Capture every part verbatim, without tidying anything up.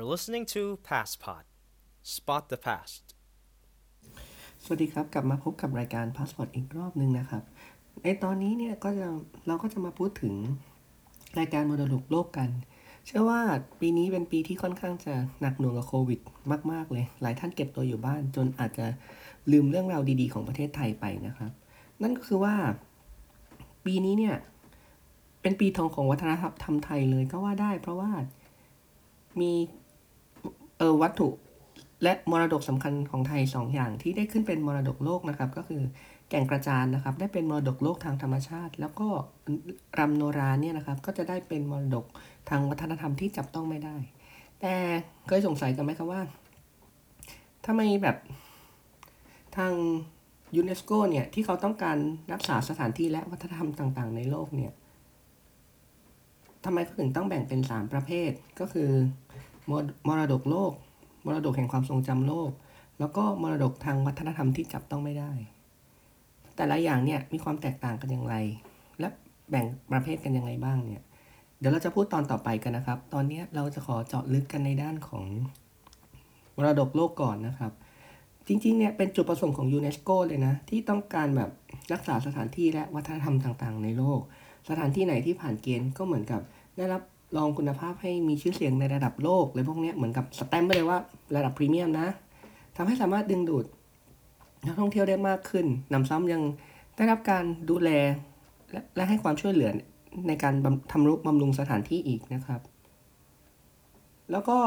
listening to PassPod. Spot the past. สวัสดีครับกลับมาพบกับรายการ Passport อีกรอบนึงนะครับในตอนนี้เนี่ยก็จะเราก็จะมาพูดถึงรายการมรดกโลกกันเชื่อว่าปีนี้เป็นปีที่ค่อนข้างจะหนักหน่วงกับโควิดมากๆเลยหลายท่านเก็บตัวอยู่บ้านจนอาจจะลืมเรื่องราวดีๆของประเทศไทยไปนะครับนั่นก็คือว่าปีนี้เนี่ยเป็นปีทองของวัฒนธรรมไทยเลยก็ว่าได้เพราะว่ามีเออวัตถุและมรดกสำคัญของไทยสองอย่างที่ได้ขึ้นเป็นมรดกโลกนะครับก็คือแก่งกระจานนะครับได้เป็นมรดกโลกทางธรรมชาติแล้วก็รำโนราเนี่ยนะครับก็จะได้เป็นมรดกทางวัฒนธรรมที่จับต้องไม่ได้แต่เคยสงสัยกันไหมครับว่าทำไมแบบทางยูเนสโกเนี่ยที่เขาต้องการรักษาสถานที่และวัฒนธรรมต่างๆในโลกเนี่ยทำไมเขาถึงต้องแบ่งเป็นสามประเภทก็คือมรดกโลกมรดกแห่งความทรงจำโลกแล้วก็มรดกทางวัฒนธรรมที่จับต้องไม่ได้แต่ละอย่างเนี่ยมีความแตกต่างกันอย่างไรและแบ่งประเภทกันยังไงบ้างเนี่ยเดี๋ยวเราจะพูดตอนต่อไปกันนะครับตอนนี้เราจะขอเจาะลึกกันในด้านของมรดกโลกก่อนนะครับจริงๆเนี่ยเป็นจุดประสงค์ของยูเนสโกเลยนะที่ต้องการแบบรักษาสถานที่และวัฒนธรรมต่างๆในโลกสถานที่ไหนที่ผ่านเกณฑ์ก็เหมือนกับได้รับรองคุณภาพให้มีชื่อเสียงในระดับโลกเลยพวกนี้เหมือนกับสแตมป์ไปเลยว่าระดับพรีเมียมนะทำให้สามารถดึงดูดนักท่องเที่ยวได้มากขึ้นนำซ้ำยังได้รับการดูแลและและให้ความช่วยเหลือในการทำรุบำรุงสถานที่อีกนะครับแล้วก็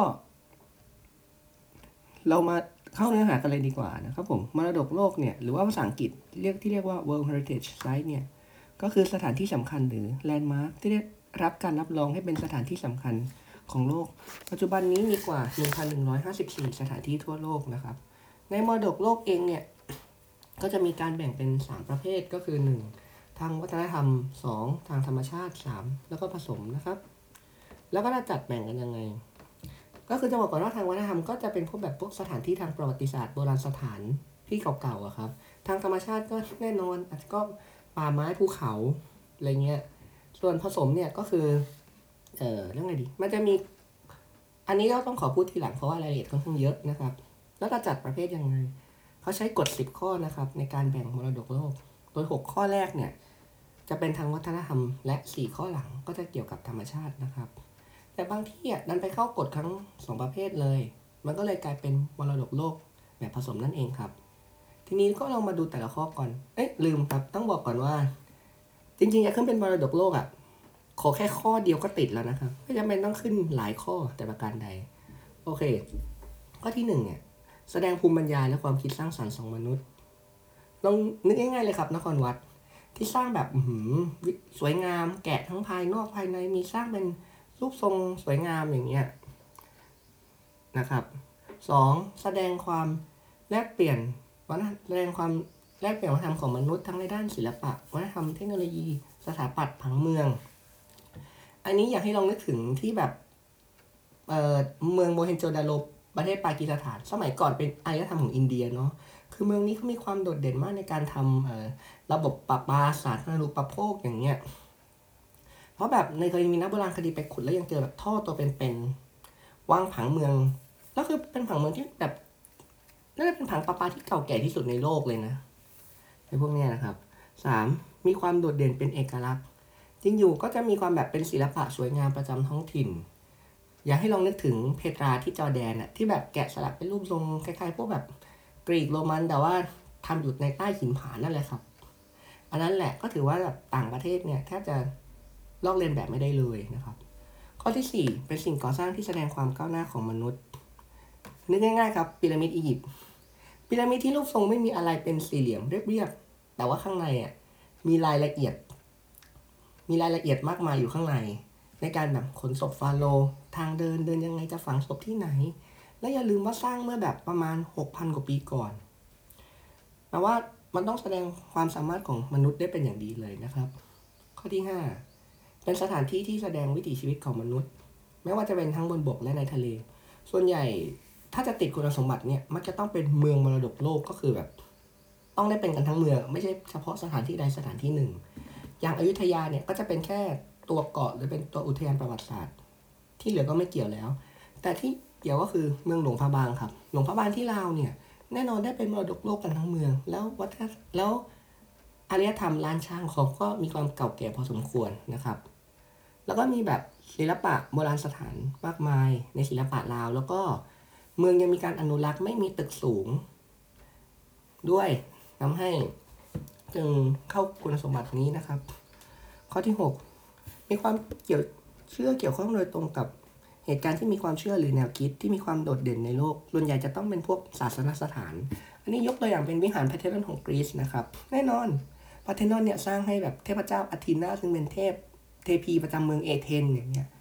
เรามาเข้าเนื้อหากันเลยดีกว่านะครับผมมรดกโลกเนี่ยหรือว่าภาษาอังกฤษเรียกที่เรียกว่า World Heritage Site เนี่ยก็คือสถานที่สำคัญหรือ Landmark ที่ได้รับการรับรองให้เป็นสถานที่สำคัญของโลกปัจจุบันนี้มีกว่า หนึ่งพันหนึ่งร้อยห้าสิบสี่ สถานที่ทั่วโลกนะครับในมรดกโลกเองเนี่ยก็จะมีการแบ่งเป็นสามประเภทก็คือหนึ่งทางวัฒนธรรมสองทางธรรมชาติสามแล้วก็ผสมนะครับแล้วก็จะจัดแบ่งกันยังไงก็คือจะบอกก่อนว่าทางวัฒนธรรมก็จะเป็นพวกแบบพวกสถานที่ทางประวัติศาสตร์โบราณสถานที่เก่าๆอะครับทางธรรมชาติก็แน่นอนอาจจะก็ป่าไม้ภูเขาอะไรเงี้ยส่วนผสมเนี่ยก็คือเอ่อเรื่องอะไรดีมันจะมีอันนี้ก็ต้องขอพูดทีหลังเพราะว่ารายละเอียดค่อนข้างเยอะนะครับแล้วจะจัดประเภทยังไงเขาใช้กฎสิบข้อนะครับในการแบ่งมรดกโลกโดยหกข้อแรกเนี่ยจะเป็นทางวัฒนธรรมและสี่ข้อหลังก็จะเกี่ยวกับธรรมชาตินะครับแต่บางที่อ่ะดันไปเข้ากฎทั้งสองประเภทเลยมันก็เลยกลายเป็นมรดกโลกแบบผสมนั่นเองครับทีนี้ก็ลองมาดูแต่ละข้อก่อนเอ๊ะลืมครับต้องบอกก่อนว่าจริงๆจะขึ้นเป็นมรดกโลกอ่ะขอแค่ข้อเดียวก็ติดแล้วนะครับไม่จำเป็นต้องขึ้นหลายข้อแต่ประการใดโอเคข้อที่หนึ่งเนี่ยแสดงภูมิปัญญาและความคิดสร้างสรรค์ของมนุษย์ลองนึกง่ายๆเลยครับนครวัดที่สร้างแบบสวยงามแกะทั้งภายนอกภายในมีสร้างเป็นรูปทรงสวยงามอย่างเงี้ยนะครับสองแสดงความแลกเปลี่ยนวัฒนธรรมแสดงความแลกเปลี่ยนวัฒนธรรมของมนุษย์ทั้งในด้านศิลปะวัฒนธรรมเทคโนโลยีสถาปัตย์ผังเมืองอันนี้อยากให้ลองนึกถึงที่แบบเอ่อเมืองโมเฮนโจดาโรประเทศปากีสถานสมัยก่อนเป็นอารยธรรมของอินเดียเนาะคือเมืองนี้เขามีความโดดเด่นมากในการทำเอ่อระบบประปาสาธารณูปโภคอย่างเงี้ยเพราะแบบในเคยมีนักโบราณคดีไปขุดแล้วยังเจอแบบท่อตัวเป็นๆวางผังเมืองแล้วคือเป็นผังเมืองที่แบบน่าจะเป็นผังประปาที่เก่าแก่ที่สุดในโลกเลยนะไอ้พวกเนี้ยนะครับสามมีความโดดเด่นเป็นเอกลักษณ์จริงอยู่ก็จะมีความแบบเป็นศิลปะสวยงามประจำท้องถิ่นอยากให้ลองนึกถึงเพตราที่จอร์แดนอะที่แบบแกะสลักเป็นรูปทรงคล้ายๆพวกแบบกรีกโรมันแต่ว่าทำอยู่ในใต้หินผานั่นแหละครับอันนั้นแหละก็ถือว่าแบบต่างประเทศเนี่ยแทบจะลอกเลียนแบบไม่ได้เลยนะครับข้อที่สี่เป็นสิ่งก่อสร้างที่แสดงความก้าวหน้าของมนุษย์นึกง่ายๆครับพีระมิดอียิปต์พีระมิดที่รูปทรงไม่มีอะไรเป็นสี่เหลี่ยมเรียบๆแต่ว่าข้างในอ่ะมีรายละเอียดมีรายละเอียดมากมายอยู่ข้างในในการแบบขนศพฟาโรห์ทางเดินเดินยังไงจะฝังศพที่ไหนและอย่าลืมว่าสร้างเมื่อแบบประมาณ หกพัน กว่าปีก่อนแปลว่ามันต้องแสดงความสามารถของมนุษย์ได้เป็นอย่างดีเลยนะครับข้อที่ห้าเป็นสถานที่ที่แสดงวิถีชีวิตของมนุษย์ไม่ว่าจะเป็นทั้งบนบกและในทะเลส่วนใหญ่ถ้าจะติดคุณสมบัติเนี่ยมันจะต้องเป็นเมืองมรดกโลกก็คือแบบต้องได้เป็นกันทั้งเมืองไม่ใช่เฉพาะสถานที่ใดสถานที่หนึ่งอย่างอยุธยาเนี่ยก็จะเป็นแค่ตัวเกาะหรือเป็นตัวอุทยานประวัติศาสตร์ที่เหลือก็ไม่เกี่ยวแล้วแต่ที่เดียวก็คือเมืองหลวงพระบางครับหลวงพระบางที่ลาวเนี่ยแน่นอนได้เป็นมรดกโลกกันทั้งเมืองแล้ววัฒนแล้วอารยธรรมล้านช้างเขาก็มีความเก่าแก่พอสมควรนะครับแล้วก็มีแบบศิลปะโบราณสถานมากมายในศิลปะลาวแล้วก็เมืองยังมีการอนุรักษ์ไม่มีตึกสูงด้วยทำให้จึงเข้าคุณสมบัตินี้นะครับข้อที่หกมีความเกี่ยวเชื่อเกี่ยวข้องโดยตรงกับเหตุการณ์ที่มีความเชื่อหรือแนวคิดที่มีความโดดเด่นในโลกส่วนใหญ่จะต้องเป็นพวกศาสนสถานอันนี้ยกตัวอย่างเป็นวิหารพาร์เธนอนของกรีซนะครับแน่นอนพาร์เธนอนเนี่ยสร้างให้แบบเทพเจ้าอาธีนาซึ่งเป็นเทพเทพีประจำเมืองเอเธนอย่างเงี้ย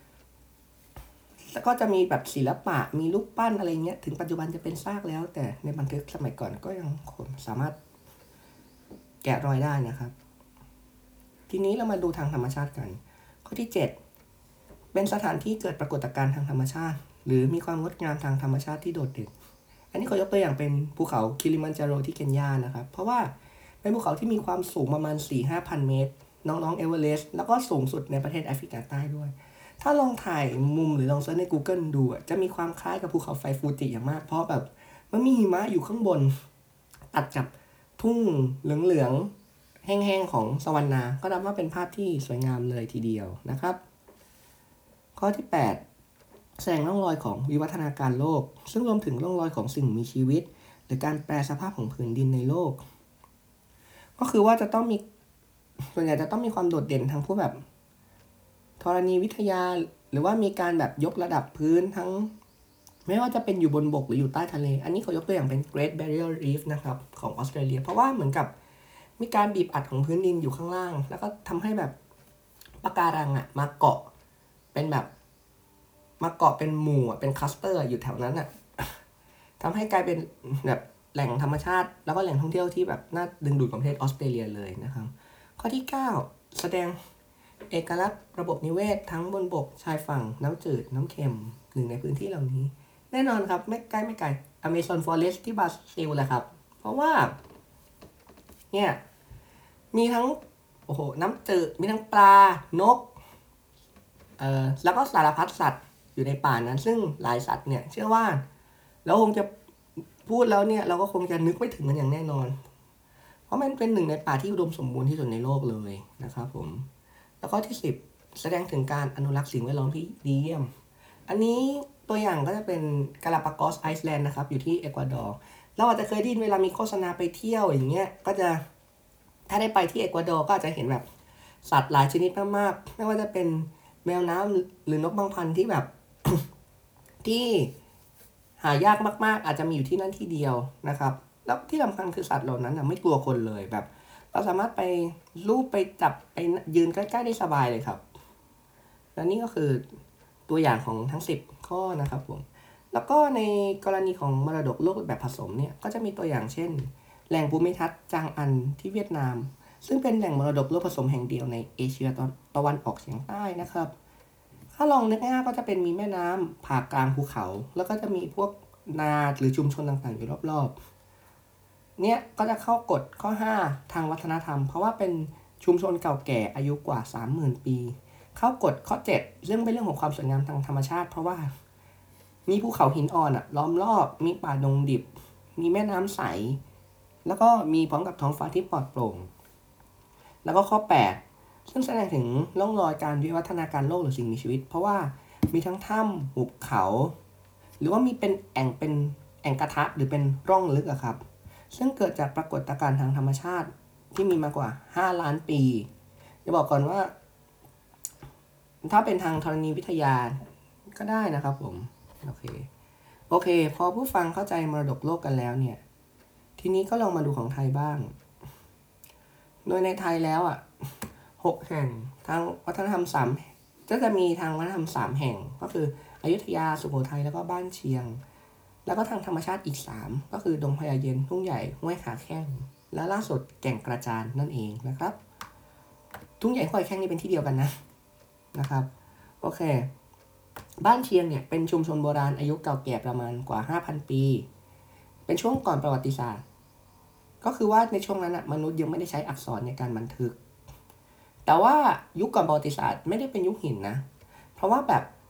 แล้วก็จะมีแบบศิลปะมีรูปปั้นอะไรเงี้ยถึงปัจจุบันจะเป็นซากแล้วแต่ในบันทึกสมัยก่อนก็ยังสามารถแกะรอยได้นะครับทีนี้เรามาดูทางธรรมชาติกันข้อที่เจ็ดเป็นสถานที่เกิดปรากฏการณ์ทางธรรมชาติหรือมีความงดงามทางธรรมชาติที่โดดเด่นอันนี้ขอยกตัวอย่างเป็นภูเขาคิลิมันจาโรที่เคนยานะครับเพราะว่าเป็นภูเขาที่มีความสูงประมาณ สี่ถึงห้าพัน เมตรน้องๆเอเวอเรสต์แล้วก็สูงสุดในประเทศแอฟริกาใต้ด้วยถ้าลองถ่ายมุมหรือลองเซิร์ชใน Google ดูจะมีความคล้ายกับภูเขาไฟฟูจิอย่างมากเพราะแบบมันมีหิมะอยู่ข้างบนตัดกับทุ่งเหลืองๆแห้งๆของสวรรณาก็นับว่าเป็นภาพที่สวยงามเลยทีเดียวนะครับข้อที่แปดแสดงร่องรอยของวิวัฒนาการโลกซึ่งรวมถึงร่องรอยของสิ่งมีชีวิตหรือการแปรสภาพของผืนดินในโลกก็คือว่าจะต้องมีส่วนใหญ่จะต้องมีความโดดเด่นทั้งพวกแบบธรณีวิทยาหรือว่ามีการแบบยกระดับพื้นทั้งไม่ว่าจะเป็นอยู่บนบกหรืออยู่ใต้ทะเลอันนี้เขายกตัวอย่างเป็น Great Barrier Reef นะครับของออสเตรเลียเพราะว่าเหมือนกับมีการบีบอัดของพื้นดินอยู่ข้างล่างแล้วก็ทำให้แบบปะการังอ่ะมาเกาะเป็นแบบมาเกาะเป็นหมู่เป็นคลัสเตอร์อยู่แถวนั้นอ่ะทำให้กลายเป็นแบบแหล่งธรรมชาติแล้วก็แหล่งท่องเที่ยวที่แบบน่าดึงดูดของประเทศออสเตรเลียเลยนะครับข้อที่เก้าแสดงเอกลักษณ์ระบบนิเวศทั้งบนบกชายฝั่งน้ำจืดน้ำเค็มหนึ่งในพื้นที่เหล่านี้แน่นอนครับไม่ใกล้ไม่ไกล Amazon Forest ที่บราซิลแหละครับเพราะว่าเนี่ยมีทั้งโอ้โหน้ำจืดมีทั้งปลานกเอ่อแล้วก็สารพัดสัตว์อยู่ในป่านั้นซึ่งหลายสัตว์เนี่ยเชื่อว่าเราคงจะพูดแล้วเนี่ยเราก็คงจะนึกไม่ถึงกันอย่างแน่นอนเพราะมันเป็นหนึ่งในป่าที่อุดมสมบูรณ์ที่สุดในโลกเลยนะครับผมแล้วก็ที่สิบแสดงถึงการอนุรักษ์สิ่งแวดล้อมที่ดีเยี่ยมอันนี้ตัวอย่างก็จะเป็นกาลาปากอสไอซ์แลนด์นะครับอยู่ที่เอกวาดอร์เราอาจจะเคยได้ยินเวลามีโฆษณาไปเที่ยวอย่างเงี้ยก็จะถ้าได้ไปที่เอกวาดอร์ก็อาจจะเห็นแบบสัตว์หลายชนิดมากๆไม่ว่าจะเป็นแมวน้ำหรือนกบางพันธุ์ที่แบบ ที่หายากมากๆอาจจะมีอยู่ที่นั่นที่เดียวนะครับแล้วที่สำคัญคือสัตว์เหล่านั้นไม่กลัวคนเลยแบบเราสามารถไปลูบไปจับไปยืนใกล้ๆได้สบายเลยครับและนี่ก็คือตัวอย่างของทั้งสิบข้อนะครับผมแล้วก็ในกรณีของมรดกโลกแบบผสมเนี่ยก็จะมีตัวอย่างเช่นแหล่งภูมิทัศน์จางอันที่เวียดนามซึ่งเป็นแหล่งมรดกโลกผสมแห่งเดียวในเอเชียตะวันออกเฉียงใต้นะครับถ้าลองนึกง่ายๆก็จะเป็นมีแม่น้ำผ่ากลางภูเขาแล้วก็จะมีพวกนาหรือชุมชนต่างๆอยู่รอบๆเนี่ยก็จะเข้ากฎข้อห้าทางวัฒนธรรมเพราะว่าเป็นชุมชนเก่าแก่อายุกว่า สามหมื่น ปีเข้ากฎข้อเจ็ดซึ่งเป็นเรื่องของความสวยงามทางธรรมชาติเพราะว่ามีภูเขาหินอ่อนอะล้อมรอบมีป่าดงดิบมีแม่น้ำใสแล้วก็มีพร้อมกับท้องฟ้าที่ปลอดโปร่งแล้วก็ข้อแปดซึ่งแสดงถึงร่องรอยการวิวัฒนาการโลกหรือสิ่งมีชีวิตเพราะว่ามีทั้งถ้ำหุบเขาหรือว่ามีเป็นแอ่งเป็นแอ่งกระทะหรือเป็นร่องลึกอะครับซึ่งเกิดจากปรากฏการณ์ทางธรรมชาติที่มีมากว่าห้าล้านปีจะบอกก่อนว่าถ้าเป็นทางธรณีวิทยาก็ได้นะครับผมโอเคโอเคพอผู้ฟังเข้าใจมรดกโลกกันแล้วเนี่ยทีนี้ก็ลองมาดูของไทยบ้างโดยในไทยแล้วอ่ะหกแห่งทางวัฒนธรรมสามก็จะมีทางวัฒนธรรมสามแห่งก็คืออยุธยาสุโขทัยแล้วก็บ้านเชียงแล้วก็ทางธรรมชาติอีกสามก็คือดงพญาเย็นทุ่งใหญ่ห้วยขาแข้งและล่าสุดแก่งกระจานนั่นเองนะครับทุ่งใหญ่ห้วยแข้งนี่เป็นที่เดียวกันนะนะครับโอเคบ้านเชียงเนี่ยเป็นชุมชนโบราณอายุเก่าแก่ประมาณกว่า ห้าพัน ปีเป็นช่วงก่อนประวัติศาสตร์ก็คือว่าในช่วงนั้นนะมนุษย์ยังไม่ได้ใช้อักษรในการบันทึกแต่ว่ายุคก่อนประวัติศาสตร์ไม่ได้เป็นยุคหินนะเพราะว่าแบบ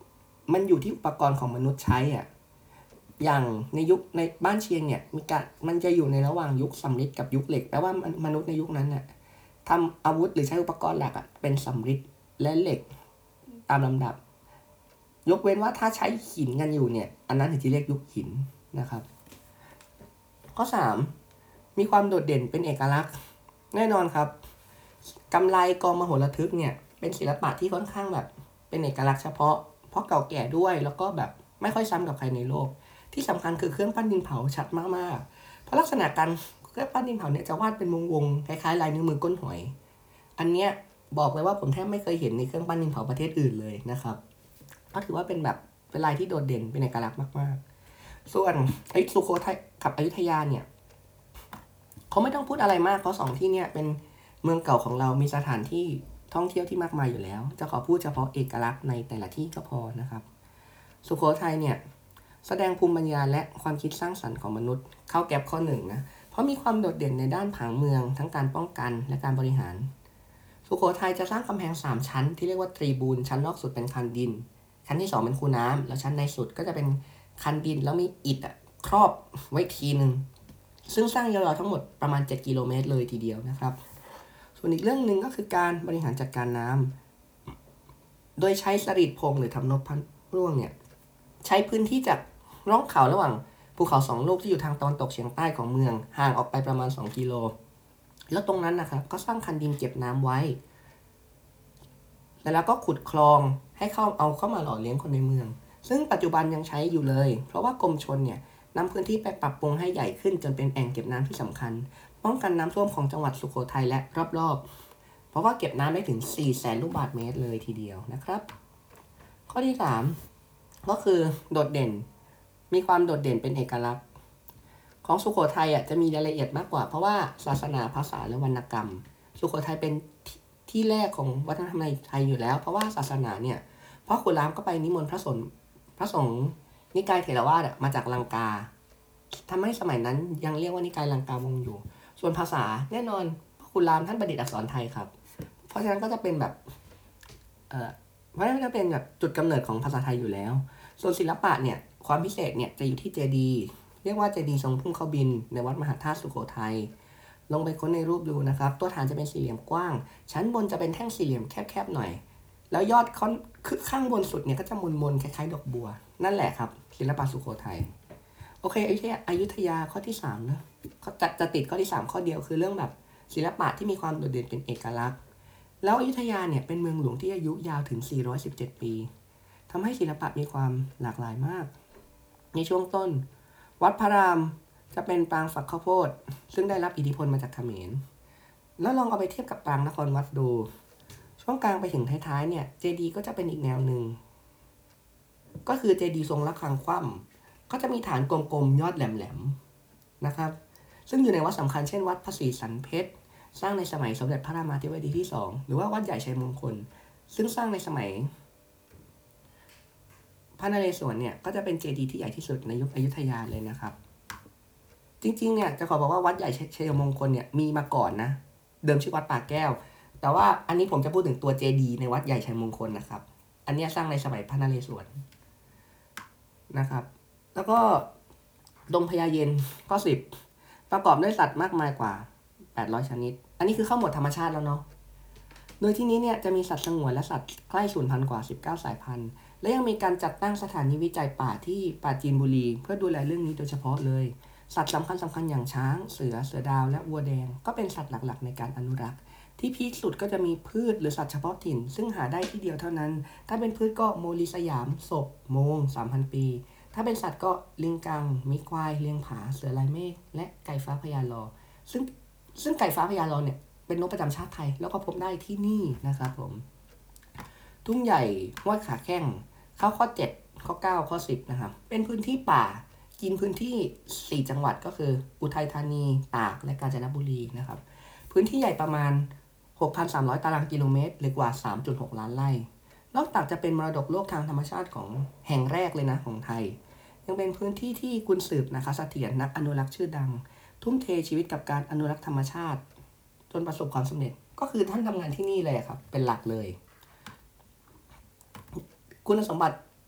มันอยู่ที่อุปกรณ์ของมนุษย์ใช้อ่ะอย่างในยุคในบ้านเชียงเนี่ยมีการมันจะอยู่ในระหว่างยุคสำริดกับยุคเหล็กแปลว่ามนุษย์ในยุคนั้นน่ะทำอาวุธหรือใช้อุปกรณ์หลักอ่ะเป็นสำริดและเหล็กตามลำดับยกเว้นว่าถ้าใช้หินกันอยู่เนี่ยอันนั้นถึงจะเรียกยุคหินนะครับข้อสามมีความโดดเด่นเป็นเอกลักษณ์แน่นอนครับกำไลกองมโหฬารทึกเนี่ยเป็นศิลปะที่ค่อนข้างแบบเป็นเอกลักษณ์เฉพาะเพราะเก่าแก่ด้วยแล้วก็แบบไม่ค่อยซ้ำกับใครในโลกที่สำคัญคือเครื่องปั้นดินเผาชัดมากๆเพราะลักษณะการเครื่องปั้นดินเผาเนี่ยจะวาดเป็นวงๆคล้ายๆลายนิ้วมือก้นหอยอันเนี้ยบอกเลยว่าผมแทบไม่เคยเห็นในเครื่องปั้นดินเผาประเทศอื่นเลยนะครับก็ถือว่าเป็นแบบเป็นลายที่โดดเด่นเป็นเอกลักษณ์มากๆส่วนไอ้สุโขทัยกับอยุธยาเนี่ยเขาไม่ต้องพูดอะไรมากเพราะสองที่เนี่ยเป็นเมืองเก่าของเรามีสถานที่ท่องเที่ยวที่มากมายอยู่แล้วจะขอพูดเฉพาะเอกลักษณ์ในแต่ละที่ก็พอนะครับสุโขทัยเนี่ยแสดงภูมิปัญญาและความคิดสร้างสรรค์ของมนุษย์เข้าแก็บข้อหนึ่งนะเพราะมีความโดดเด่นในด้านผังเมืองทั้งการป้องกันและการบริหารสุโขทัยจะสร้างกำแพงสามชั้นที่เรียกว่าตรีบูนชั้นนอกสุดเป็นคันดินชั้นที่สองเป็นคูน้ำแล้วชั้นในสุดก็จะเป็นคันดินแล้วมีอิฐอ่ะครอบไว้ทีนึงซึ่งสร้างยาวๆทั้งหมดประมาณเจ็ดกิโลเมตรเลยทีเดียวนะครับส่วนอีกเรื่องหนึ่งก็คือการบริหารจัดการน้ำโดยใช้สรีดพงหรือทำนบพันร่วงเนี่ยใช้พื้นที่จากร่องเขาระหว่างภูเขาสองลูกที่อยู่ทางตอนตกเฉียงใต้ของเมืองห่างออกไปประมาณสองกิโลแล้วตรงนั้นนะครับก็สร้างคันดินเก็บน้ำไว้แล้วก็ขุดคลองให้เข้าเอาเข้ามาหล่อเลี้ยงคนในเมืองซึ่งปัจจุบันยังใช้อยู่เลยเพราะว่ากรมชลเนี่ยนำพื้นที่ไปปรับปรุงให้ใหญ่ขึ้นจนเป็นแอ่งเก็บน้ำที่สำคัญป้องกันน้ำท่วมของจังหวัดสุโขทัยและรอบๆเพราะว่าเก็บน้ำได้ถึง สี่แสน ลูกบาศก์เมตรเลยทีเดียวนะครับข้อที่สามก็คือโดดเด่นมีความโดดเด่นเป็นเอกลักษณ์ของสุโขทัยอ่ะจะมีรายละเอียดมากกว่าเพราะว่าศาสนาภาษาและวรรณกรรมสุโขทัยเป็นที่แรกของวัฒนธรรมไทยอยู่แล้วเพราะว่าศาสนาเนี่ยพ่อขุนรามก็ไปนิมนต์พระสงฆ์พระสงฆ์นิกายเถรวาทมาจากลังกาทำให้สมัยนั้นยังเรียกว่านิกายลังกาวงอยู่ส่วนภาษาแน่นอนพ่อขุนรามท่านประดิษฐ์อักษรไทยครับเพราะฉะนั้นก็จะเป็นแบบเอ่อเพราะฉะนั้นก็จะเป็นแบบจุดกำเนิดของภาษาไทยอยู่แล้วส่วนศิลปะเนี่ยความพิเศษเนี่ยจะอยู่ที่เจดีย์เรียกว่าเจดีย์ทรงพุ่งเข้าบินในวัดมหาธาตุสุโขทัยลงไปค้นในรูปดูนะครับตัวฐานจะเป็นสี่เหลี่ยมกว้างชั้นบนจะเป็นแท่งสี่เหลี่ยมแคบๆหน่อยแล้วยอดค่อนข้างบนสุดเนี่ยก็จะมนๆคล้ายๆดอกบัวนั่นแหละครับศิลปะสุโขทัยโอเคอยุธยาอยุธยาข้อที่สามนะจะจะติดข้อที่สามข้อเดียวคือเรื่องแบบศิลปะที่มีความโดดเด่นเป็นเอกลักษณ์แล้วอยุธยาเนี่ยเป็นเมืองหลวงที่อายุยาวถึงสี่ร้อยสิบเจ็ดปีทำให้ศิลปะมีความหลากหลายมากในช่วงต้นวัดพระรามจะเป็นปางฝักข้าวโพดซึ่งได้รับอิทธิพลมาจากเขมรแล้วลองเอาไปเทียบกับปางนครวัดดูช่วงกลางไปถึงท้ายๆเนี่ยเจดีย์ก็จะเป็นอีกแนวหนึ่งก็คือเจดีย์ทรงระฆังคว่ำก็จะมีฐานกลมๆยอดแหลมๆนะครับซึ่งอยู่ในวัดสำคัญเช่นวัดพระศรีสันเพชรสร้างในสมัยสมเด็จพระรามาธิบดีที่สองหรือว่าวัดใหญ่ชัยมงคลซึ่งสร้างในสมัยพระนเรศวรเนี่ยก็จะเป็นเจดีย์ที่ใหญ่ที่สุดในยุคอยุธยาเลยนะครับจริงๆเนี่ยจะขอบอกว่าวัดใหญ่ชัยมงคลเนี่ยมีมาก่อนนะเดิมชื่อวัดป่าแก้วแต่ว่าอันนี้ผมจะพูดถึงตัวเจดีย์ในวัดใหญ่ชัยมงคลนะครับอันนี้สร้างในสมัยพระนเรศวรนะครับแล้วก็ดงพญาเย็นข้อสิบประกอบด้วยสัตว์มากมายกว่าแปดร้อยชนิดอันนี้คือเข้าหมวดธรรมชาติแล้วเนาะโดยที่นี้เนี่ยจะมีสัตว์สงวนและสัตว์ใกล้สูญพันธุ์กว่าสิบเก้าสายพันธุ์และยังมีการจัดตั้งสถานีวิจัยป่าที่ปราจีนบุรีเพื่อดูแลเรื่องนี้โดยเฉพาะเลยสัตว์สำคัญสำคัญอย่างช้างเสือเสือดาวและวัวแดงก็เป็นสัตว์หลักๆในการอนุรักษ์ที่พีคสุดก็จะมีพืชหรือสัตว์เฉพาะถิ่นซึ่งหาได้ที่เดียวเท่านั้นถ้าเป็นพืชก็โมลีสยามศพโมง สามพัน ปีถ้าเป็นสัตว์ก็ลิงกังมิควายเลียงผาเสือลายเมฆและไก่ฟ้าพญาลอซึ่งซึ่งไก่ฟ้าพญาลอเนี่ยเป็นนกประจำชาติไทยแล้วก็พบได้ที่นี่นะครับผมทุ่งใหญ่ห้วยขาแข้งเข้าข้อเจ็ดข้อเก้าข้อสิบนะครับเป็นพื้นที่ป่ากินพื้นที่สี่จังหวัดก็คืออุทัยธานีตากและกาญจนบุรีนะครับพื้นที่ใหญ่ประมาณ หกพันสามร้อย ตารางกิโลเมตรหรือกว่า สามจุดหก ล้านไร่นอกจากจะเป็นมรดกโลกทางธรรมชาติของแห่งแรกเลยนะของไทยยังเป็นพื้นที่ที่กุนสืบนะคะเสถียรนักอนุรักษ์ชื่อดังทุ่มเทชีวิตกับการอนุรักษ์ธรรมชาติจนประสบความสำเร็จก็คือท่านทำงานที่นี่เลยครับเป็นหลักเลยคุณสมบัติ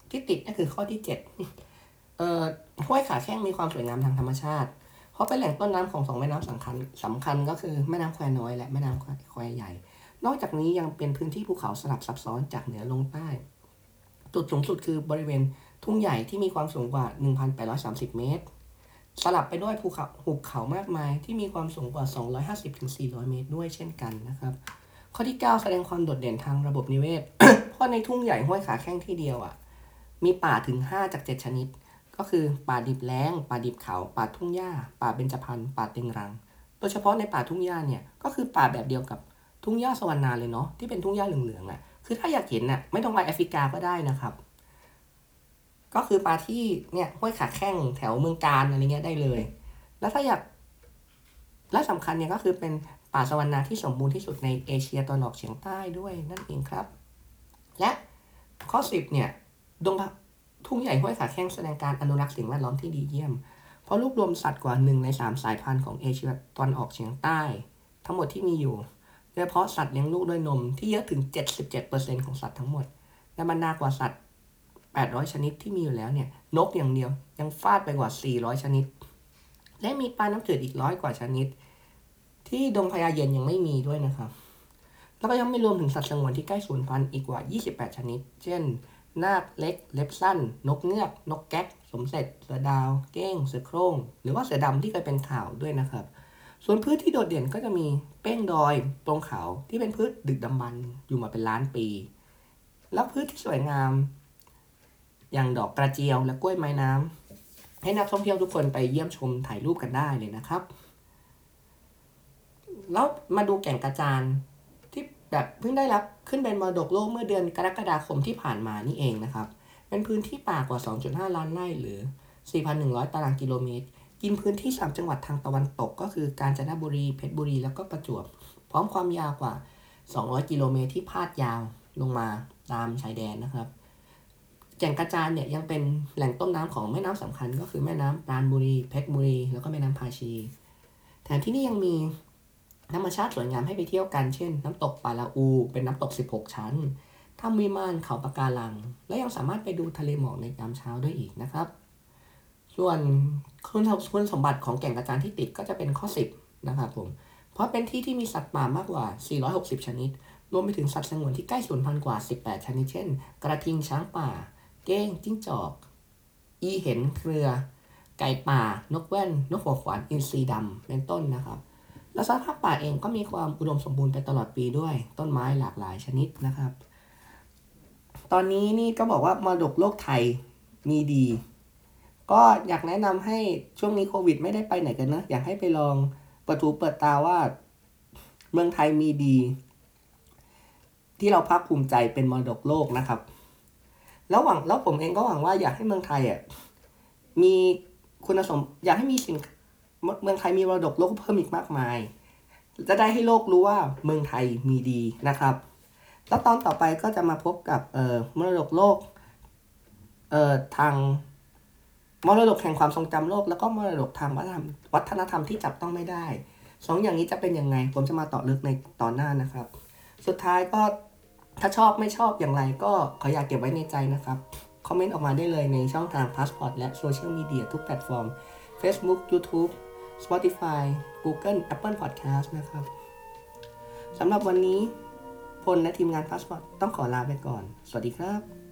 ที่ติดก็คือข้อที่เจ็ดเอ่อห้วยขาแข้งมีความสวยงามทางธรรมชาติเพราะเป็นแหล่งต้นน้ำของสองแม่น้ำสำคัญสำคัญก็คือแม่น้ำแควน้อยและแม่น้ำแควใหญ่นอกจากนี้ยังเป็นพื้นที่ภูเขาสลับซับซ้อนจากเหนือลงใต้จุดสูงสุดคือบริเวณทุ่งใหญ่ที่มีความสูงกว่า หนึ่งพันแปดร้อยสามสิบ เมตรสลับไปด้วยภูเขาหุบเขามากมายที่มีความสูงกว่า สองร้อยห้าสิบถึงสี่ร้อย เมตรด้วยเช่นกันนะครับข้อที่เก้าแสดงความโดดเด่นทางระบบนิเวศ เพราะในทุ่งใหญ่ห้วยขาแข้งที่เดียวอ่ะมีป่าถึงห้าจากเจ็ดชนิดก็คือป่าดิบแล้งป่าดิบเขาป่าทุ่งหญ้าป่าเบญจพรรณป่าเต็งรังโดยเฉพาะในป่าทุ่งหญ้าเนี่ยก็คือป่าแบบเดียวกับทุ่งหญ้าสวรรณาเลยเนาะที่เป็นทุ่งหญ้าเหลืองๆอ่ะคือถ้าอยากเห็นน่ะไม่ต้องไปแอฟริกาก็ได้นะครับก็คือป่าที่เนี่ยห้วยขาแข้งแถวเมืองกาญอะไรเงี้ยได้เลยแล้วถ้าอยากและสำคัญเนี่ยก็คือเป็นป่าสวรรณาที่สมบูรณ์ที่สุดในเอเชียตะวันออกเฉียงใต้ด้วยนั่นเองครับและข้อสิบเนี่ยดงทุ่งใหญ่ห้วยขาแข้งแสดงการอนุรักษ์สิ่งแวดล้อมที่ดีเยี่ยมเพราะรวบรวมสัตว์กว่าหนึ่งในสามสายพันธุ์ของเอเชียตะวันออกเฉียงใต้ทั้งหมดที่มีอยู่โดยเฉพาะสัตว์เลี้ยงลูกด้วยนมที่เยอะถึง เจ็ดสิบเจ็ดเปอร์เซ็นต์ ของสัตว์ทั้งหมดและบรรดากว่าสัตว์แปดร้อยชนิดที่มีอยู่แล้วเนี่ยนกอย่างเดียวยังฟาดไปกว่าสี่ร้อยชนิดและมีปลาน้ำจืดอีกร้อยกว่าชนิดที่ดงพญาเย็นยังไม่มีด้วยนะครับแล้วก็ยังไม่รวมถึงสัตว์สงวนที่ใกล้สูญพันธุ์อีกกว่ายี่สิบแปดชนิดเช่นนาคเล็กเล็บสั้นนกเงือกนกแก๊กสมเสร็จเสือดาวเก้งเสือโคร่งหรือว่าเสือดำที่เคยเป็นข่าวด้วยนะครับส่วนพืชที่โดดเด่นก็จะมีเป้งดอยตรงเขาที่เป็นพืชดึกดำบรรพ์อยู่มาเป็นล้านปีแล้วพืชที่สวยงามอย่างดอกกระเจียวและกล้วยไม้น้ำให้นักท่องเที่ยวทุกคนไปเยี่ยมชมถ่ายรูปกันได้เลยนะครับแล้วมาดูแก่งกระจานที่แบบเพิ่งได้รับขึ้นเป็นมรดกโลกเมื่อเดือนกรกฎาคมที่ผ่านมานี่เองนะครับเป็นพื้นที่ป่ากว่า สองจุดห้า ล้านไร่หรือ สี่พันหนึ่งร้อย ตารางกิโลเมตรกินพื้นที่สามจังหวัดทางตะวันตกก็คือกาญจนบุรีเพชรบุรีแล้วก็ประจวบพร้อมความยาวกว่าสองร้อยกิโลเมตรที่พาดยาวลงมาตามชายแดนนะครับแก่งกระจานเนี่ยยังเป็นแหล่งต้นน้ำของแม่น้ำสำคัญก็คือแม่น้ำปราณบุรีเพชรบุรีแล้วก็แม่น้ำภาชีแถมที่นี่ยังมีธรรมชาติสวยงามให้ไปเที่ยวกันเช่นน้ำตกปาลาอูเป็นน้ำตกสิบหกชั้นถ้ำวิมานเขาปะการังและยังสามารถไปดูทะเลหมอกในยามเช้าด้วยอีกนะครับส่วนคุณสมบัติของแก่งกระจานที่ติดก็จะเป็นข้อสิบนะครับผมเพราะเป็นที่ที่มีสัตว์ป่ามากกว่าสี่ร้อยหกสิบชนิดรวมไปถึงสัตว์สงวนที่ใกล้สูญพันธุ์กว่าสิบแปดชนิดเช่นกระทิงช้างป่าเก้งจิ้งจอกอีเห็นเครือไก่ป่านกแว่นนกหัวขวานอินทรีดำเป็นต้นนะครับและสภาพป่าเองก็มีความอุดมสมบูรณ์ไปตลอดปีด้วยต้นไม้หลากหลายชนิดนะครับตอนนี้นี่ก็บอกว่ามรดกโลกไทยมีดีก็อยากแนะนำให้ช่วงนี้โควิดไม่ได้ไปไหนกันนะอยากให้ไปลองเปิดหูเปิดตาว่าเมืองไทยมีดีที่เราภาคภูมิใจเป็นมรดกโลกนะครับแล้วหวังแล้วผมเองก็หวังว่าอยากให้เมืองไทยอ่ะมีคุณสมบัติอยากให้มีสิ่งเมืองไทยมีมรดกโลกเพิ่มอีกมากมายจะได้ให้โลกรู้ว่าเมืองไทยมีดีนะครับแล้วตอนต่อไปก็จะมาพบกับเอ่อมรดกโลกเอ่อทางมรดกแห่งความทรงจำโลกแล้วก็มรดกทางวัฒนธรรมวัฒนธรรมที่จับต้องไม่ได้สองอย่างนี้จะเป็นยังไงผมจะมาต่อลึกในตอนหน้านะครับสุดท้ายก็ถ้าชอบไม่ชอบอย่างไรก็ขออยากเก็บไว้ในใจนะครับคอมเมนต์ออกมาได้เลยในช่องทาง Passport และโซเชียลมีเดียทุกแพลตฟอร์ม Facebook YouTube Spotify Google Apple Podcast นะครับสำหรับวันนี้พลและทีมงาน Passport ต้องขอลาไปก่อนสวัสดีครับ